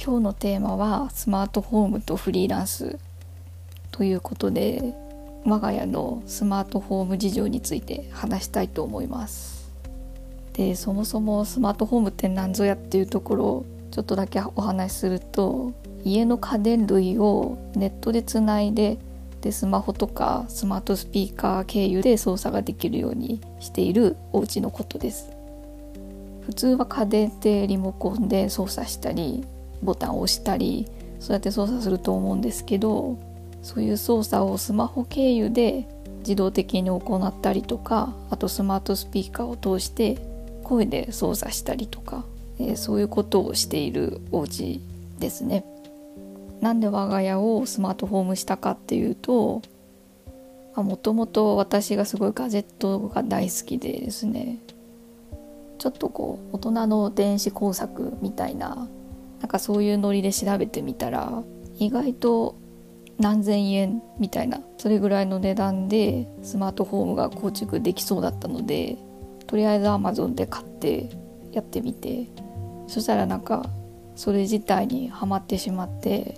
今日のテーマはスマートホームとフリーランスということで、我が家のスマートホーム事情について話したいと思います。で、そもそもスマートホームって何ぞやっていうところをちょっとだけお話しすると、家の家電類をネットでつないで、スマホとかスマートスピーカー経由で操作ができるようにしているお家のことです。普通は家電ってリモコンで操作したりボタンを押したりそうやって操作すると思うんですけど、そういう操作をスマホ経由で自動的に行ったりとか、あとスマートスピーカーを通して声で操作したりとか、そういうことをしているお家ですね。なんで我が家をスマートホームしたかっていうと、もともと私がすごいガジェットが大好きでですね、ちょっと大人の電子工作みたいな、そういうノリで調べてみたら、意外と何千円みたいな、それぐらいの値段でスマートフォームが構築できそうだったので、とりあえず Amazon で買ってやってみて、そしたらそれ自体にハマってしまって、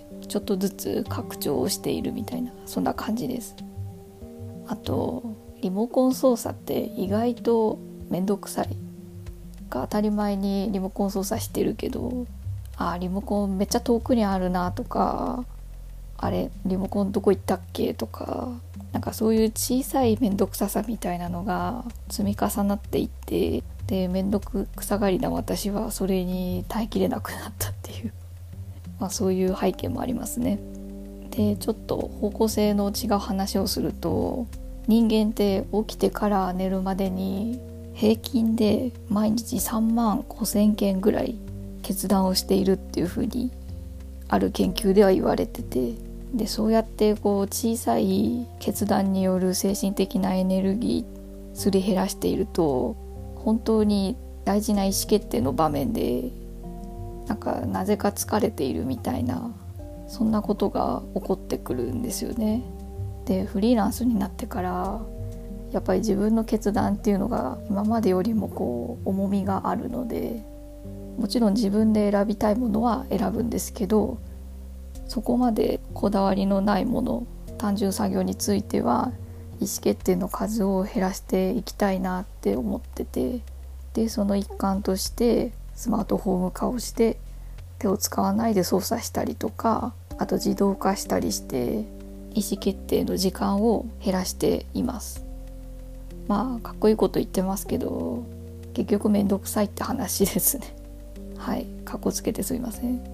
ちょっとずつ拡張をしているみたいな、そんな感じです。あとリモコン操作って意外とめんどくさい。当たり前にリモコン操作してるけど、リモコンめっちゃ遠くにあるなとか、あれリモコンどこ行ったっけとか、そういう小さいめんどくささみたいなのが積み重なっていって、でめんどくさがりな私はそれに耐えきれなくなったっていうそういう背景もありますね。で、ちょっと方向性の違う話をすると、人間って起きてから寝るまでに平均で毎日3万5,000件ぐらい決断をしているっていう風にある研究では言われてて、でそうやって小さい決断による精神的なエネルギーすり減らしていると、本当に大事な意思決定の場面でなぜか疲れているみたいな、そんなことが起こってくるんですよね。でフリーランスになってからやっぱり自分の決断っていうのが今までよりも重みがあるので、もちろん自分で選びたいものは選ぶんですけど、そこまでこだわりのないもの、単純作業については意思決定の数を減らしていきたいなって思ってて、でその一環としてスマートフォーム化をして手を使わないで操作したりとか、あと自動化したりして意思決定の時間を減らしています。かっこいいこと言ってますけど、結局めんどくさいって話ですね。はい、かっこつけてすいません。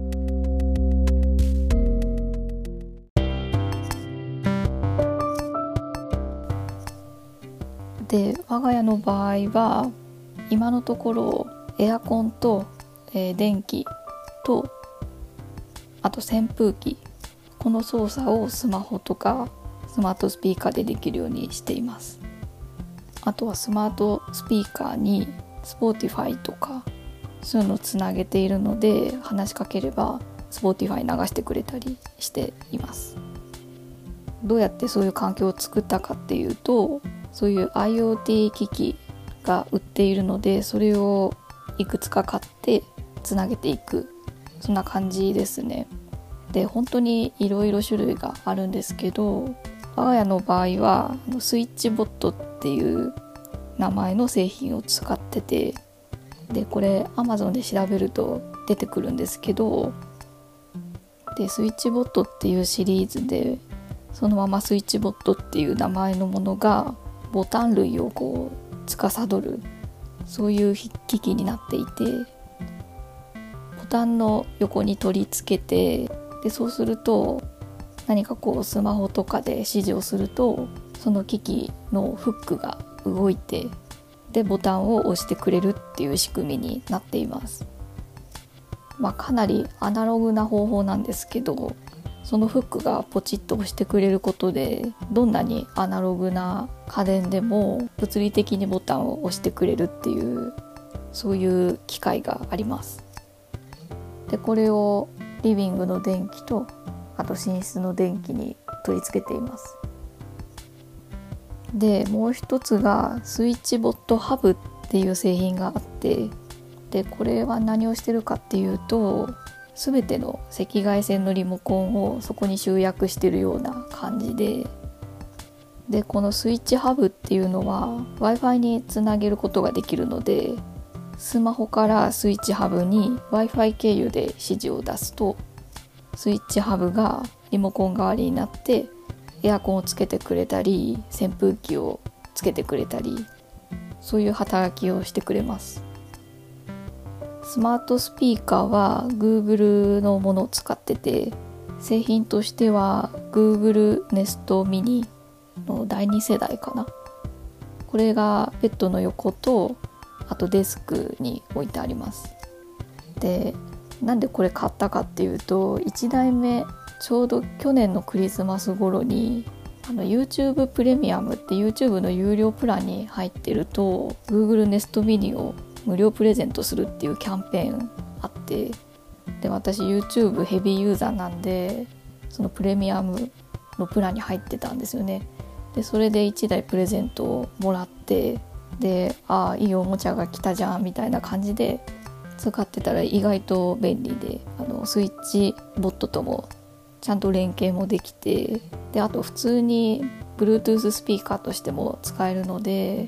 で、我が家の場合は今のところエアコンと、電気とあと扇風機、この操作をスマホとかスマートスピーカーでできるようにしています。あとはスマートスピーカーに Spotify とかそういうのをつなげているので、話しかければ Spotify 流してくれたりしています。どうやってそういう環境を作ったかっていうと、そういう IoT 機器が売っているので、それをいくつか買ってつなげていく、そんな感じですね。で、本当にいろいろ種類があるんですけど、我が家の場合はスイッチボットっていう名前の製品を使ってて、でこれ Amazon で調べると出てくるんですけど、でスイッチボットっていうシリーズで、そのままスイッチボットっていう名前のものがボタン類を司る、そういう機器になっていて、ボタンの横に取り付けて、でそうすると何かスマホとかで指示をすると、その機器のフックが動いて、でボタンを押してくれるっていう仕組みになっています。かなりアナログな方法なんですけど、そのフックがポチッと押してくれることで、どんなにアナログな家電でも物理的にボタンを押してくれるっていう、そういう機械があります。でこれをリビングの電気と、あと寝室の電気に取り付けています。でもう一つがスイッチボットハブっていう製品があって、でこれは何をしてるかっていうと、 全ての赤外線のリモコンをそこに集約してるような感じでこのスイッチハブっていうのは Wi-Fi につなげることができるので、スマホからスイッチハブに Wi-Fi 経由で指示を出すと、スイッチハブがリモコン代わりになってエアコンをつけてくれたり扇風機をつけてくれたり、そういう働きをしてくれます。スマートスピーカーは Google のものを使ってて、製品としては Google Nest Mini の第2世代かな。これがベッドの横とあとデスクに置いてあります。で、なんでこれ買ったかっていうと、1台目ちょうど去年のクリスマス頃にYouTube プレミアムって YouTube の有料プランに入ってると Google Nest Mini を無料プレゼントするっていうキャンペーンあって、で私 YouTube ヘビーユーザーなんで、そのプレミアムのプランに入ってたんですよね。でそれで1台プレゼントをもらって、でいいおもちゃが来たじゃんみたいな感じで使ってたら意外と便利で、スイッチボットともちゃんと連携もできて、であと普通に Bluetooth スピーカーとしても使えるので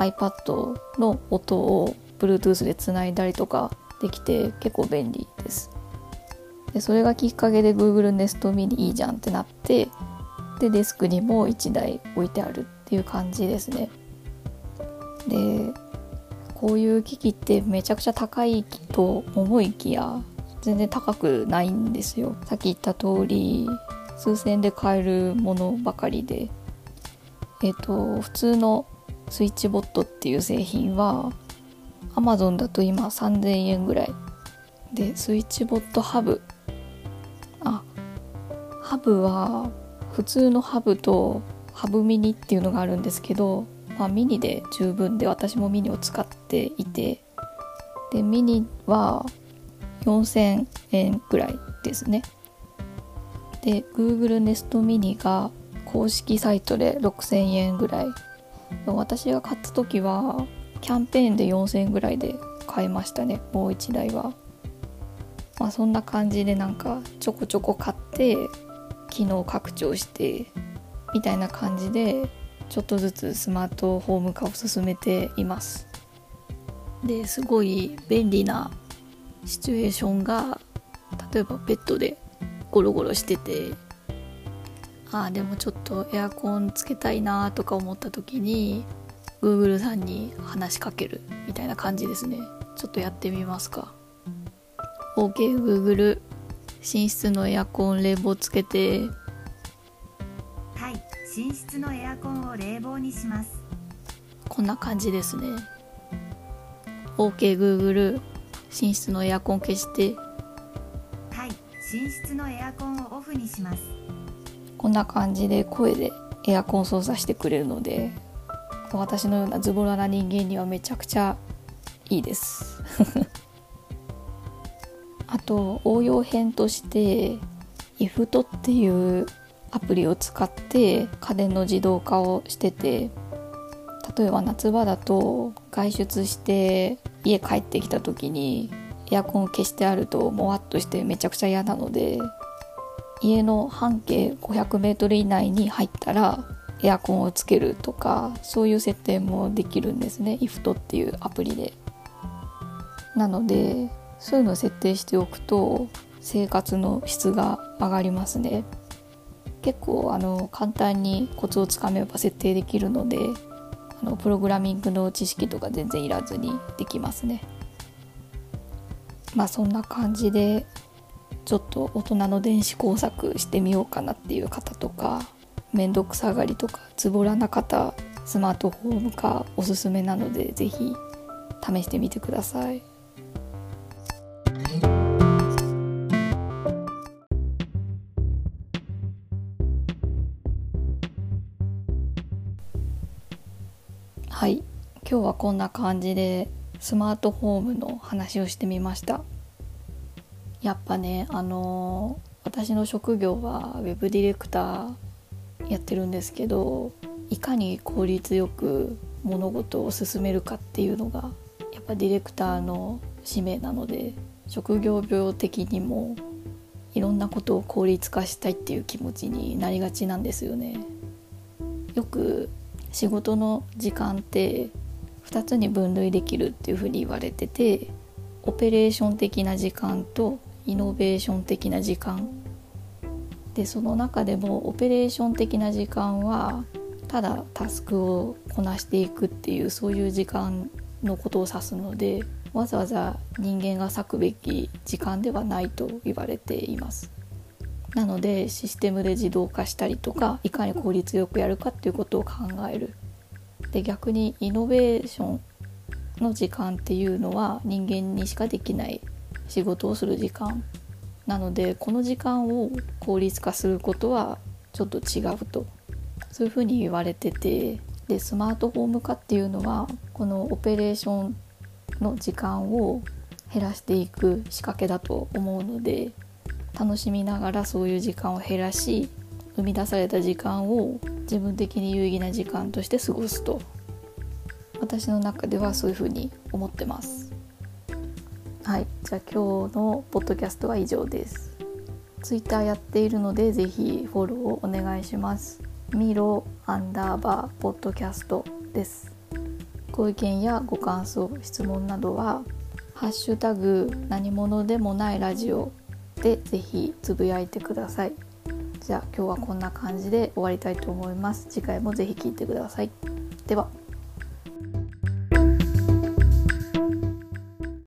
iPad の音を Bluetooth でつないだりとかできて結構便利です。でそれがきっかけで Google Nest Mini いいじゃんってなって、でデスクにも1台置いてあるっていう感じですね。でこういう機器ってめちゃくちゃ高いと思いきや全然高くないんですよ。さっき言った通り数千円で買えるものばかりで、普通のスイッチボットっていう製品は Amazon だと今3000円ぐらいで、スイッチボットハブは普通のハブとハブミニっていうのがあるんですけど、ミニで十分で、私もミニを使っていて、でミニは4000円ぐらいですね。で Google Nest Mini が公式サイトで6000円ぐらい。私が買った時はキャンペーンで4000円ぐらいで買いましたね、もう1台は。そんな感じでなんかちょこちょこ買って機能拡張してみたいな感じで、ちょっとずつスマートホーム化を進めています。ですごい便利なシチュエーションが、例えばベッドでゴロゴロしてて、でもちょっとエアコンつけたいなとか思った時に Google さんに話しかけるみたいな感じですね。ちょっとやってみますか。 OK Google、 寝室のエアコン冷房つけて。 はい、寝室のエアコンを冷房にします。 こんな感じですね。 OK Google、 寝室のエアコン消して。 はい、寝室のエアコンをオフにします。 こんな感じで声でエアコン操作してくれるので、私のようなズボラな人間にはめちゃくちゃいいですあと応用編として IFTO っていうアプリを使って家電の自動化をしてて、例えば夏場だと外出して家帰ってきた時にエアコン消してあるともわっとしてめちゃくちゃ嫌なので、家の半径500メートル以内に入ったらエアコンをつけるとか、そういう設定もできるんですね、 IFTO っていうアプリで。なのでそういうのを設定しておくと生活の質が上がりますね。結構簡単にコツをつかめば設定できるので、プログラミングの知識とか全然いらずにできますね。そんな感じでちょっと大人の電子工作してみようかなっていう方とか、めんどくさがりとかズボラな方、スマートフォーム化おすすめなのでぜひ試してみてください。はい、今日はこんな感じでスマートフォームの話をしてみました。やっぱね、私の職業はウェブディレクターやってるんですけど、いかに効率よく物事を進めるかっていうのがやっぱディレクターの使命なので、 職業病的にもいろんなことを効率化したいっていう気持ちになりがちなんですよね。よく仕事の時間って2つに分類できるっていうふうに言われてて、オペレーション的な時間とイノベーション的な時間で、その中でもオペレーション的な時間はただタスクをこなしていくっていう、そういう時間のことを指すので、わざわざ人間が割くべき時間ではないと言われています。なのでシステムで自動化したりとか、いかに効率よくやるかっていうことを考える。で、逆にイノベーションの時間っていうのは人間にしかできない仕事をする時間なので、この時間を効率化することはちょっと違うと、そういうふうに言われてて、でスマートフォーム化っていうのはこのオペレーションの時間を減らしていく仕掛けだと思うので、楽しみながらそういう時間を減らし、生み出された時間を自分的に有意義な時間として過ごすと、私の中ではそういうふうに思ってます。はい、じゃあ今日のポッドキャストは以上です。ツイッターやっているのでぜひフォローをお願いします。ミロ_ポッドキャストです。ご意見やご感想、質問などはハッシュタグ何者でもないラジオでぜひつぶやいてください。じゃあ今日はこんな感じで終わりたいと思います。次回もぜひ聞いてください。では。